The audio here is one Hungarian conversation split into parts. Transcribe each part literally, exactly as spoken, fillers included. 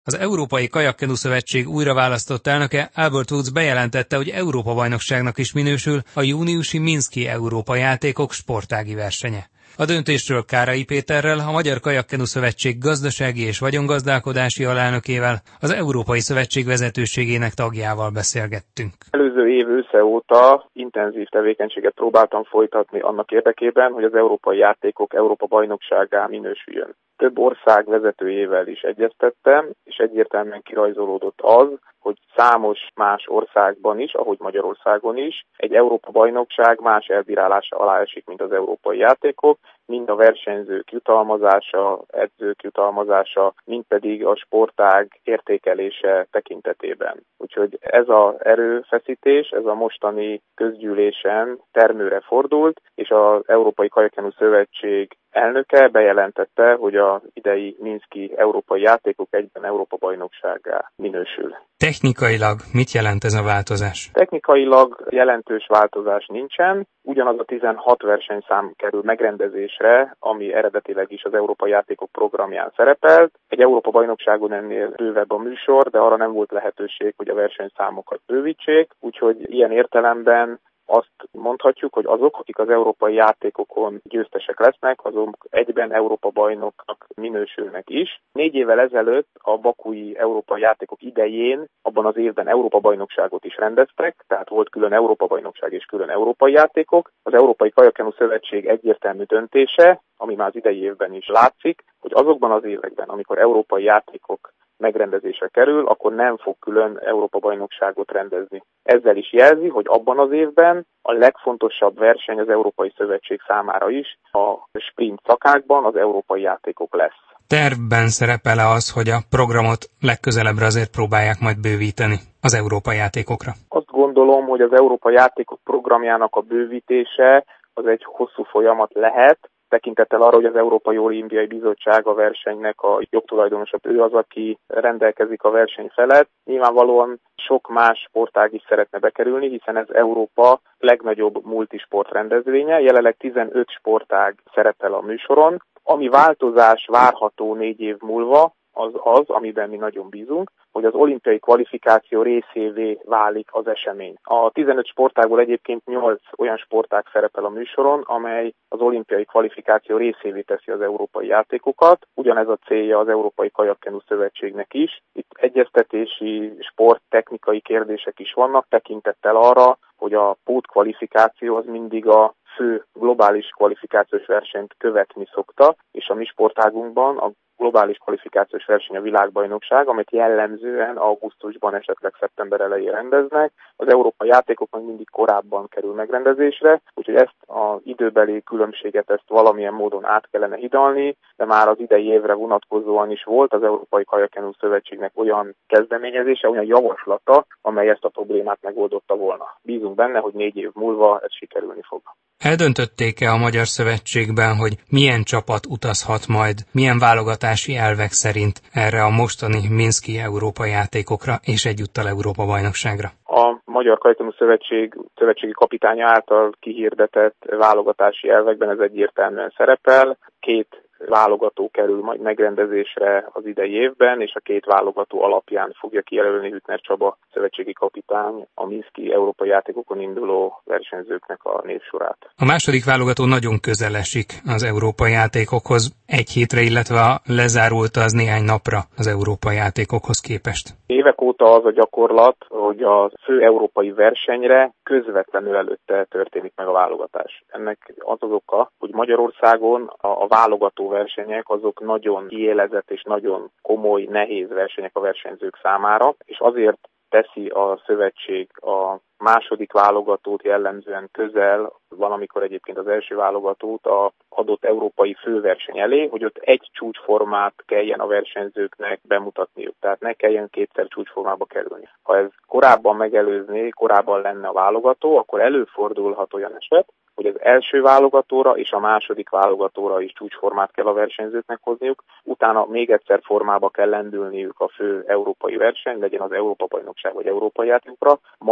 Az Európai Kajakkenu Szövetség újraválasztott elnöke Albert Woods bejelentette, hogy Európa-bajnokságnak is minősül a júniusi Minszki Európa játékok sportági versenye. A döntésről Kárai Péterrel, a Magyar Kajakkenu Szövetség gazdasági és vagyongazdálkodási alelnökével, az Európai Szövetség vezetőségének tagjával beszélgettünk. Előző év ősze óta intenzív tevékenységet próbáltam folytatni annak érdekében, hogy az európai játékok Európa-bajnoksággá minősüljön. Több ország vezetőjével is egyeztettem, és egyértelműen kirajzolódott az, hogy számos más országban is, ahogy Magyarországon is, egy Európa-bajnokság más elbírálása alá esik, mint az európai játékok, mind a versenyzők jutalmazása, edzők jutalmazása, mind pedig a sportág értékelése tekintetében. Úgyhogy ez az erőfeszítés, ez a mostani közgyűlésen termőre fordult, és az Európai Kajakkenu Szövetség elnöke bejelentette, hogy az idei Minszki európai játékok egyben Európa-bajnoksággá minősül. Technikailag mit jelent ez a változás? Technikailag jelentős változás nincsen. Ugyanaz a tizenhat versenyszám kerül megrendezésre, ami eredetileg is az Európai Játékok programján szerepelt. Egy Európa-bajnokságon ennél bővebb a műsor, de arra nem volt lehetőség, hogy a versenyszámokat bővítsék, úgyhogy ilyen értelemben azt mondhatjuk, hogy azok, akik az európai játékokon győztesek lesznek, azok egyben Európa-bajnoknak minősülnek is. Négy évvel ezelőtt a bakui európai játékok idején abban az évben Európa-bajnokságot is rendeztek, tehát volt külön Európa-bajnokság és külön európai játékok. Az Európai Kajakkenu Szövetség egyértelmű döntése, ami már az idei évben is látszik, hogy azokban az években, amikor európai játékok megrendezésre kerül, akkor nem fog külön Európa-bajnokságot rendezni. Ezzel is jelzi, hogy abban az évben a legfontosabb verseny az Európai Szövetség számára is a sprint szakákban az európai játékok lesz. Tervben szerepel-e az, hogy a programot legközelebbre azért próbálják majd bővíteni az európai játékokra? Azt gondolom, hogy az európai játékok programjának a bővítése az egy hosszú folyamat lehet, tekintettel arra, hogy az Európai Olimpiai Bizottság a versenynek a jogtulajdonosa, ő az, aki rendelkezik a verseny felett. Nyilvánvalóan sok más sportág is szeretne bekerülni, hiszen ez Európa legnagyobb multisport rendezvénye. Jelenleg tizenöt sportág szerepel a műsoron. Ami változás várható négy év múlva, az az, amiben mi nagyon bízunk, hogy az olimpiai kvalifikáció részévé válik az esemény. A tizenöt sportágból egyébként nyolc olyan sportág szerepel a műsoron, amely az olimpiai kvalifikáció részévé teszi az európai játékokat. Ugyanez a célja az Európai Kajakkenu Szövetségnek is. Itt egyeztetési, sporttechnikai kérdések is vannak, tekintettel arra, hogy a pótkvalifikáció az mindig a fő globális kvalifikációs versenyt követni szokta, és a mi sportágunkban a globális kvalifikációs verseny a világbajnokság, amit jellemzően augusztusban, esetleg szeptember elején rendeznek. Az európai játékok meg mindig korábban kerül megrendezésre, úgyhogy ezt az időbeli különbséget ezt valamilyen módon át kellene hidalni, de már az idei évre vonatkozóan is volt az Európai Kajakkenu Szövetségnek olyan kezdeményezése, olyan javaslata, amely ezt a problémát megoldotta volna. Bízunk benne, hogy négy év múlva ez sikerülni fog. Eldöntötték-e a Magyar Szövetségben, hogy milyen csapat utazhat majd, milyen válogatási elvek szerint erre a mostani Minszki Európa játékokra és egyúttal Európa-bajnokságra? A Magyar Kajakkenu Szövetség szövetségi kapitánya által kihirdetett válogatási elvekben ez egyértelműen szerepel. Két válogató kerül majd megrendezésre az idei évben, és a két válogató alapján fogja kijelölni Hüttner Csaba szövetségi kapitány a Minszki Európai Játékokon induló versenyzőknek a névsorát. A második válogató nagyon közel esik az európai játékokhoz, egy hétre, illetve lezárult az néhány napra az európai játékokhoz képest. Évek óta az a gyakorlat, hogy a fő európai versenyre közvetlenül előtte történik meg a válogatás. Ennek az az oka, hogy Magyarországon a válogató versenyek azok nagyon kiélezett és nagyon komoly, nehéz versenyek a versenyzők számára, és azért teszi a szövetség a második válogatót jellemzően közel, valamikor egyébként az első válogatót a adott európai főverseny elé, hogy ott egy csúcsformát kelljen a versenyzőknek bemutatniuk, tehát ne kelljen kétszer csúcsformába kerülni. Ha ez korábban megelőzné, korábban lenne a válogató, akkor előfordulhat olyan eset, hogy az első válogatóra és a második válogatóra is csúcsformát kell a versenyzőknek hozniuk, utána még egyszer formába kell lendülniük a fő európai verseny, legyen az Európa-bajnokság vagy európai játékokra, majd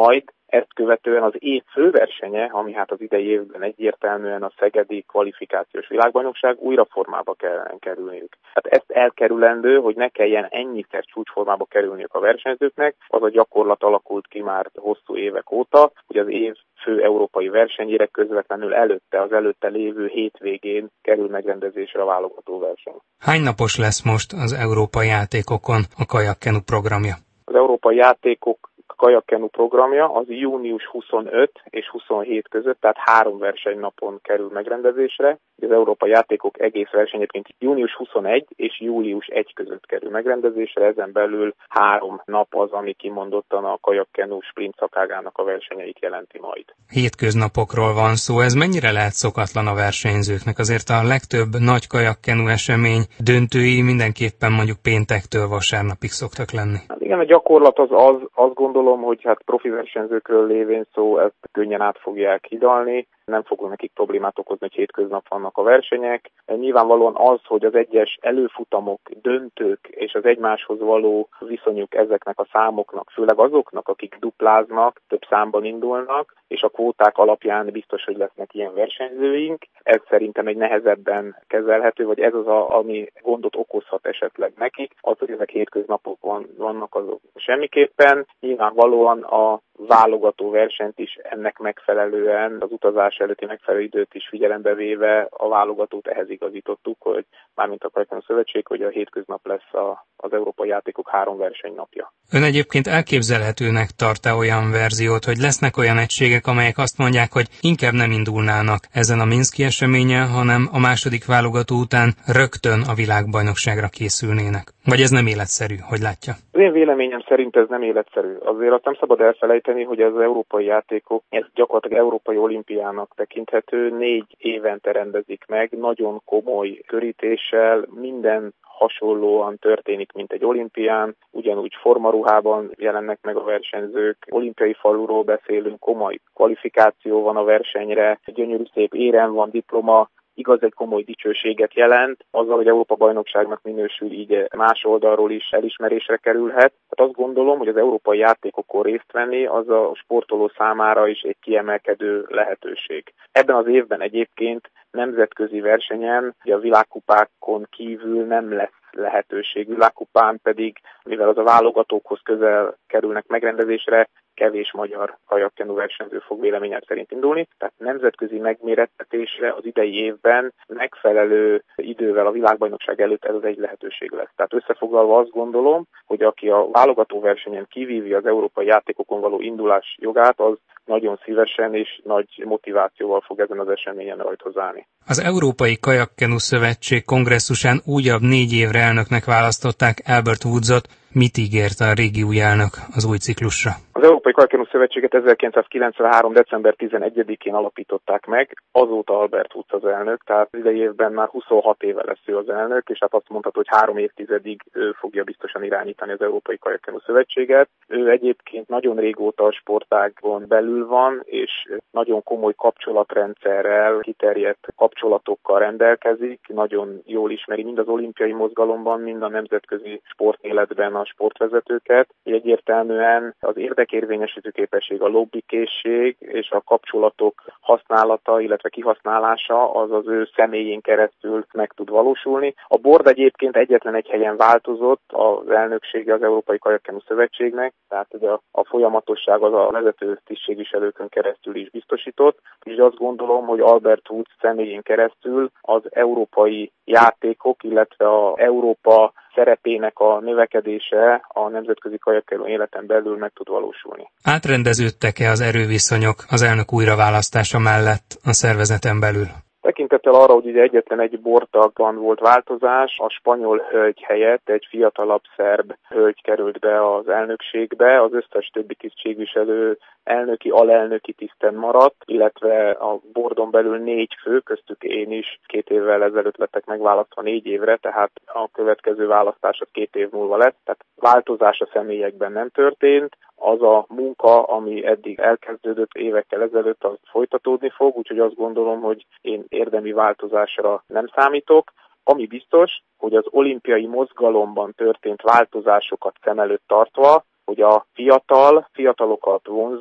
Ezt követően az év főversenye, ami hát az idei évben egyértelműen a szegedi kvalifikációs világbajnokság, újra formába kell kerülniük. Tehát ezt elkerülendő, hogy ne kelljen ennyiszer csúcsformába kerülniük a versenyzőknek, az a gyakorlat alakult ki már hosszú évek óta, hogy az év fő európai versenyére közvetlenül előtte, az előtte lévő hétvégén kerül megrendezésre a válogató verseny. Hány napos lesz most az európai játékokon a kajakkenu programja? Az európai játékok kajakkenu programja az június huszonöt és huszonhét között, tehát három versenynapon kerül megrendezésre. Az európai játékok egész verseny egyébként június huszonegy és július elseje között kerül megrendezésre, ezen belül három nap az, ami kimondottan a kajakkenu sprint szakágának a versenyeit jelenti majd. Hétköznapokról van szó, ez mennyire lehet szokatlan a versenyzőknek? Azért a legtöbb nagy kajakkenu esemény döntői mindenképpen mondjuk péntektől vasárnapig szoktak lenni. Hát igen, a gyakorlat az, az azt gondolom, hogy hát profi versenyzőkről lévén szó, ezt könnyen át fogják hidalni. Nem fogunk nekik problémát okozni, hogy hétköznap vannak a versenyek. Nyilvánvalóan az, hogy az egyes előfutamok, döntők és az egymáshoz való viszonyuk ezeknek a számoknak, főleg azoknak, akik dupláznak, több számban indulnak, és a kvóták alapján biztos, hogy lesznek ilyen versenyzőink. Ez szerintem egy nehezebben kezelhető, vagy ez az, a, ami gondot okozhat esetleg nekik. Az, hogy ezek hétköznapokon vannak, azok semmiképpen. Nyilvánvalóan a válogató versenyt is ennek megfelelően, az utazás előtti megfelelő időt is figyelembe véve a válogatót ehhez igazítottuk, hogy mármint a Kajakkenu Szövetség, hogy a hétköznap lesz a, az európai játékok három versenynapja. Ön egyébként elképzelhetőnek tart-e olyan verziót, hogy lesznek olyan egységek, amelyek azt mondják, hogy inkább nem indulnának ezen a minszki eseményen, hanem a második válogató után rögtön a világbajnokságra készülnének? Vagy ez nem életszerű, hogy látja? Az én véleményem szerint ez nem életszerű. Azért azt nem szabad elfelejteni, hogy az európai játékok, ez gyakorlatilag európai olimpiának tekinthető, négy évente rendezik meg, nagyon komoly körítéssel, minden hasonlóan történik, mint egy olimpián, ugyanúgy formaruhában jelennek meg a versenyzők, olimpiai faluról beszélünk, komoly kvalifikáció van a versenyre, gyönyörű szép érem van, diploma, igaz, egy komoly dicsőséget jelent, azzal, hogy Európa-bajnokságnak minősül, így más oldalról is elismerésre kerülhet. Hát azt gondolom, hogy az európai játékokon részt venni, az a sportoló számára is egy kiemelkedő lehetőség. Ebben az évben egyébként nemzetközi versenyen, ugye a világkupákon kívül nem lesz lehetőség. Világkupán pedig, mivel az a válogatókhoz közel kerülnek megrendezésre, kevés magyar kajakkenu versenyző fog véleményem szerint indulni, tehát nemzetközi megmérettetésre az idei évben megfelelő idővel a világbajnokság előtt ez az egy lehetőség lesz. Tehát összefoglalva azt gondolom, hogy aki a válogató versenyen kivívja az európai játékokon való indulás jogát, az nagyon szívesen és nagy motivációval fog ezen az eseményen rajthoz állni. Az Európai Kajakkenu Szövetség kongresszusán újabb négy évre elnöknek választották Albert Woodsot. Mit ígért a régi új elnök az új ciklusra? Az Európai Kajakkenu Szövetséget ezerkilencszázkilencvenhárom. december tizenegyedikén alapították meg, azóta Albert Woods az elnök, tehát idei évben már huszonhat éve lesz ő az elnök, és hát azt mondható, hogy három évtizedig ő fogja biztosan irányítani az Európai Kajakkenu Szövetséget. Ő egyébként nagyon régóta a sportágon belül van, és nagyon komoly kapcsolatrendszerrel, kiterjedt kapcsolatokkal rendelkezik, nagyon jól ismeri mind az olimpiai mozgalomban, mind a nemzetközi sportéletben a sportvezetőket. Egyértelműen az érdekérvényesítő képesség, a lobbykészség és a kapcsolatok használata, illetve kihasználása az az ő személyén keresztül meg tud valósulni. A board egyébként egyetlen egy helyen változott, az elnöksége az Európai Kajakkenu Szövetségnek, tehát ugye a, a folyamatosság az a vezető tisztségviselőkön keresztül is biztosított, és azt gondolom, hogy Albert Woods személyén keresztül az európai játékok, illetve a Európa szerepének a növekedése a nemzetközi kajakkenu életen belül meg tud valósulni. Átrendeződtek-e az erőviszonyok az elnök újraválasztása mellett a szervezeten belül? Tekintettel arra, hogy ugye egyetlen egy bortagban volt változás, a spanyol hölgy helyett egy fiatalabb szerb hölgy került be az elnökségbe, az összes többi tisztségviselő elnöki, alelnöki tiszten maradt, illetve a bordon belül négy fő, köztük én is két évvel ezelőtt lettek megválasztva négy évre, tehát a következő választás az két év múlva lesz, tehát változás a személyekben nem történt. Az a munka, ami eddig elkezdődött évekkel ezelőtt, az folytatódni fog, úgyhogy azt gondolom, hogy én érdemi változásra nem számítok. Ami biztos, hogy az olimpiai mozgalomban történt változásokat szem előtt tartva, hogy a fiatal, fiatalokat vonzó,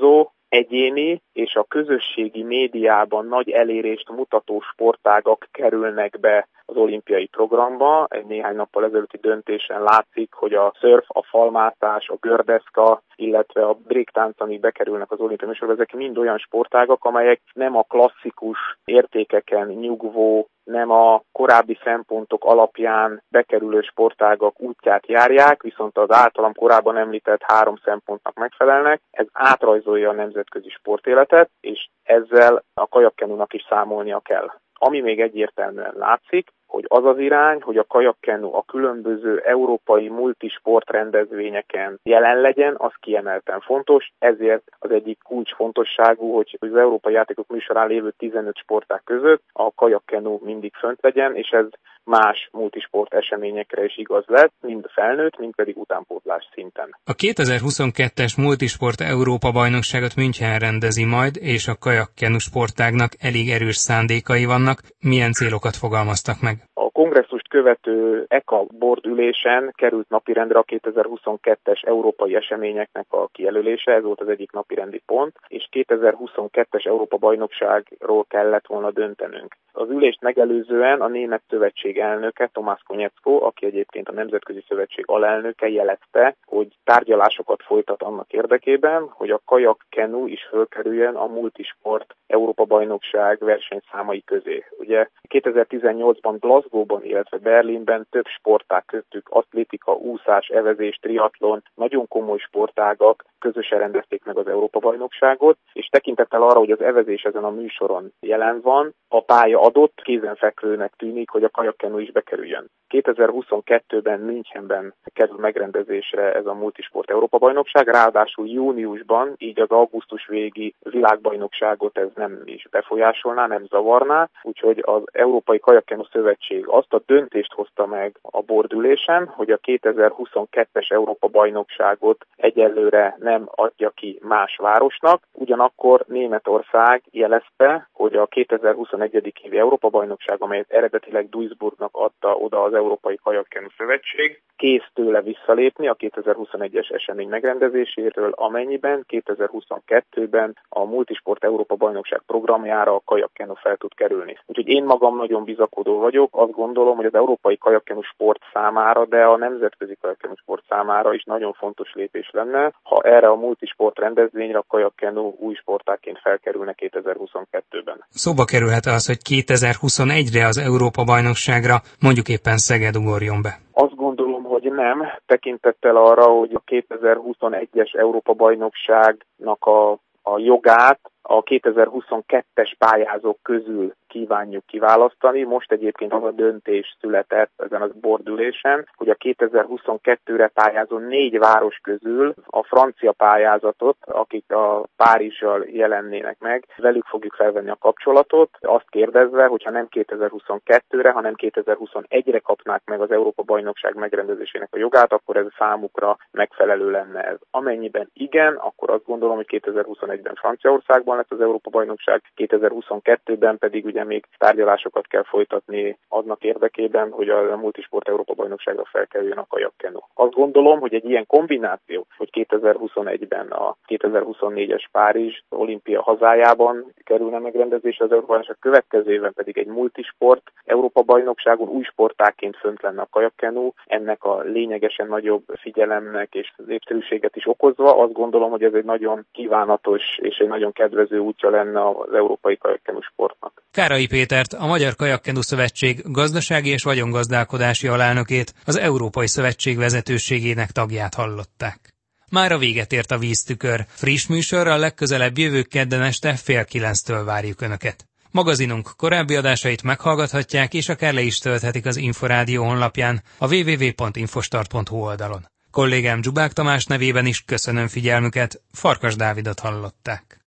egyéni és a közösségi médiában nagy elérést mutató sportágak kerülnek be az olimpiai programba. Egy néhány nappal ezelőtti döntésen látszik, hogy a szörf, a falmászás, a gördeszka, illetve a breaktánc, amik bekerülnek az olimpiai műsorba, ezek mind olyan sportágak, amelyek nem a klasszikus értékeken nyugvó, nem a korábbi szempontok alapján bekerülő sportágak útját járják, viszont az általam korábban említett három szempontnak megfelelnek. Ez átrajzolja a nemzetközi sportéletet, és ezzel a kajakkenúnak is számolnia kell. Ami még egyértelműen látszik, hogy az az irány, hogy a kajakkenu a különböző európai multisport rendezvényeken jelen legyen, az kiemelten fontos, ezért az egyik kulcsfontosságú, hogy az európai játékok műsorán lévő tizenöt sportág között a kajakkenu mindig fönt legyen, és ez más multisport eseményekre is igaz lett, mind felnőtt, mind pedig utánpótlás szinten. A kétezer-huszonkettes multisport Európa-bajnokságot München rendezi majd, és a kajakkenu sportágnak elég erős szándékai vannak. Milyen célokat fogalmaztak meg? A kongresszust követő e ká board ülésen került napirendre a kétezer-huszonkettes európai eseményeknek a kijelölése, ez volt az egyik napirendi pont, és kétezer-huszonkettes Európa-bajnokságról kellett volna döntenünk. Az ülést megelőzően a Német Szövetség elnöke, Tomás Konietzko, aki egyébként a Nemzetközi Szövetség alelnöke, jelezte, hogy tárgyalásokat folytat annak érdekében, hogy a kajak-kenu is fölkerüljön a multisport Európa-bajnokság versenyszámai közé. Ugye kétezer-tizennyolcban Glasgow-ban, illetve Berlinben több sportág köztük atlétika, úszás, evezés, triatlon, nagyon komoly sportágak közösen rendezték meg az Európa-bajnokságot, és tekintettel arra, hogy az evezés ezen a műsoron jelen van, a pálya adott, kézenfekvőnek tűnik, hogy a kajakkenu is bekerüljön. kétezer-huszonkettőben Münchenben kerül megrendezésre ez a multisport Európa-bajnokság, ráadásul júniusban, így az augusztus végi világbajnokságot ez nem is befolyásolná, nem zavarná, úgyhogy az Európai Kajakkenu Szövetség azt a döntést hozta meg a bordülésen, hogy a kétezer-huszonkettes Európa-bajnokságot egyelőre nem adja ki más városnak, ugyanakkor Németország jelezte, hogy a kétezer-huszonegyedik évi Európa-bajnokság, amelyet eredetileg Duisburgnak adta oda az Európai Kajakkenu Szövetség, kész tőle visszalépni a kétezer-huszonegyes esemény megrendezéséről, amennyiben kétezer-huszonkettőben a multisport Európa-bajnokság programjára a kajakkenu fel tud kerülni. Úgyhogy én magam nagyon bizakodó vagyok, azt gondolom, hogy az európai kajakkenu sport számára, de a nemzetközi kajakkenu sport számára is nagyon fontos lépés lenne, ha erre a multisport rendezvényre a kajakkenu új sportáként felkerülne kétezer-huszonkettőben. Szóba kerülhet az, hogy kétezer-huszonegyre az Európa-bajnokságra mondjuk éppen Szeged ugorjon be? Azt gondolom, hogy nem, tekintettel arra, hogy a kétezer-huszonegyes Európa-bajnokságnak a, a jogát a kétezer-huszonkettes pályázók közül kívánjuk kiválasztani. Most egyébként az a döntés született ezen a bordülésen, hogy a kétezer-huszonkettőre pályázó négy város közül a francia pályázatot, akik a Párizsal jelennének meg, velük fogjuk felvenni a kapcsolatot, azt kérdezve, hogyha nem kétezer-huszonkettőre, hanem kétezer-huszonegyre kapnák meg az Európa-bajnokság megrendezésének a jogát, akkor ez számukra megfelelő lenne ez. Amennyiben igen, akkor azt gondolom, hogy kétezer-huszonegyben Franciaországban lesz az Európa-bajnokság, kétezer-huszonkettőben pedig ugye még tárgyalásokat kell folytatni annak érdekében, hogy a multisport Európa-bajnokságra felkerüljön a kajakkenu. Azt gondolom, hogy egy ilyen kombináció, hogy kétezer-huszonegyben a kétezer-huszonnégyes Párizs olimpia hazájában kerülne megrendezésre az Európa-bajnokság, következő évben pedig egy multisport Európa-bajnokságon új sportáként fönt lenne a kajakkenu, ennek a lényegesen nagyobb figyelemnek és népszerűséget is okozva. Azt gondolom, hogy ez egy nagyon kívánatos és egy nagyon kedvező útja lenne az európai kajakkenu sportnak. Kárai Pétert, a Magyar Kajakkenu Szövetség gazdasági és vagyongazdálkodási alelnökét, az Európai Szövetség vezetőségének tagját hallották. Mára véget ért a Víztükör. Friss műsorral legközelebb jövő kedden este fél kilenctől várjuk Önöket. Magazinunk korábbi adásait meghallgathatják, és akár le is tölthetik az Inforádió honlapján, a double-u double-u double-u pont infostart pont hu oldalon. Kollégám Zsubák Tamás nevében is köszönöm figyelmüket, Farkas Dávidot hallották.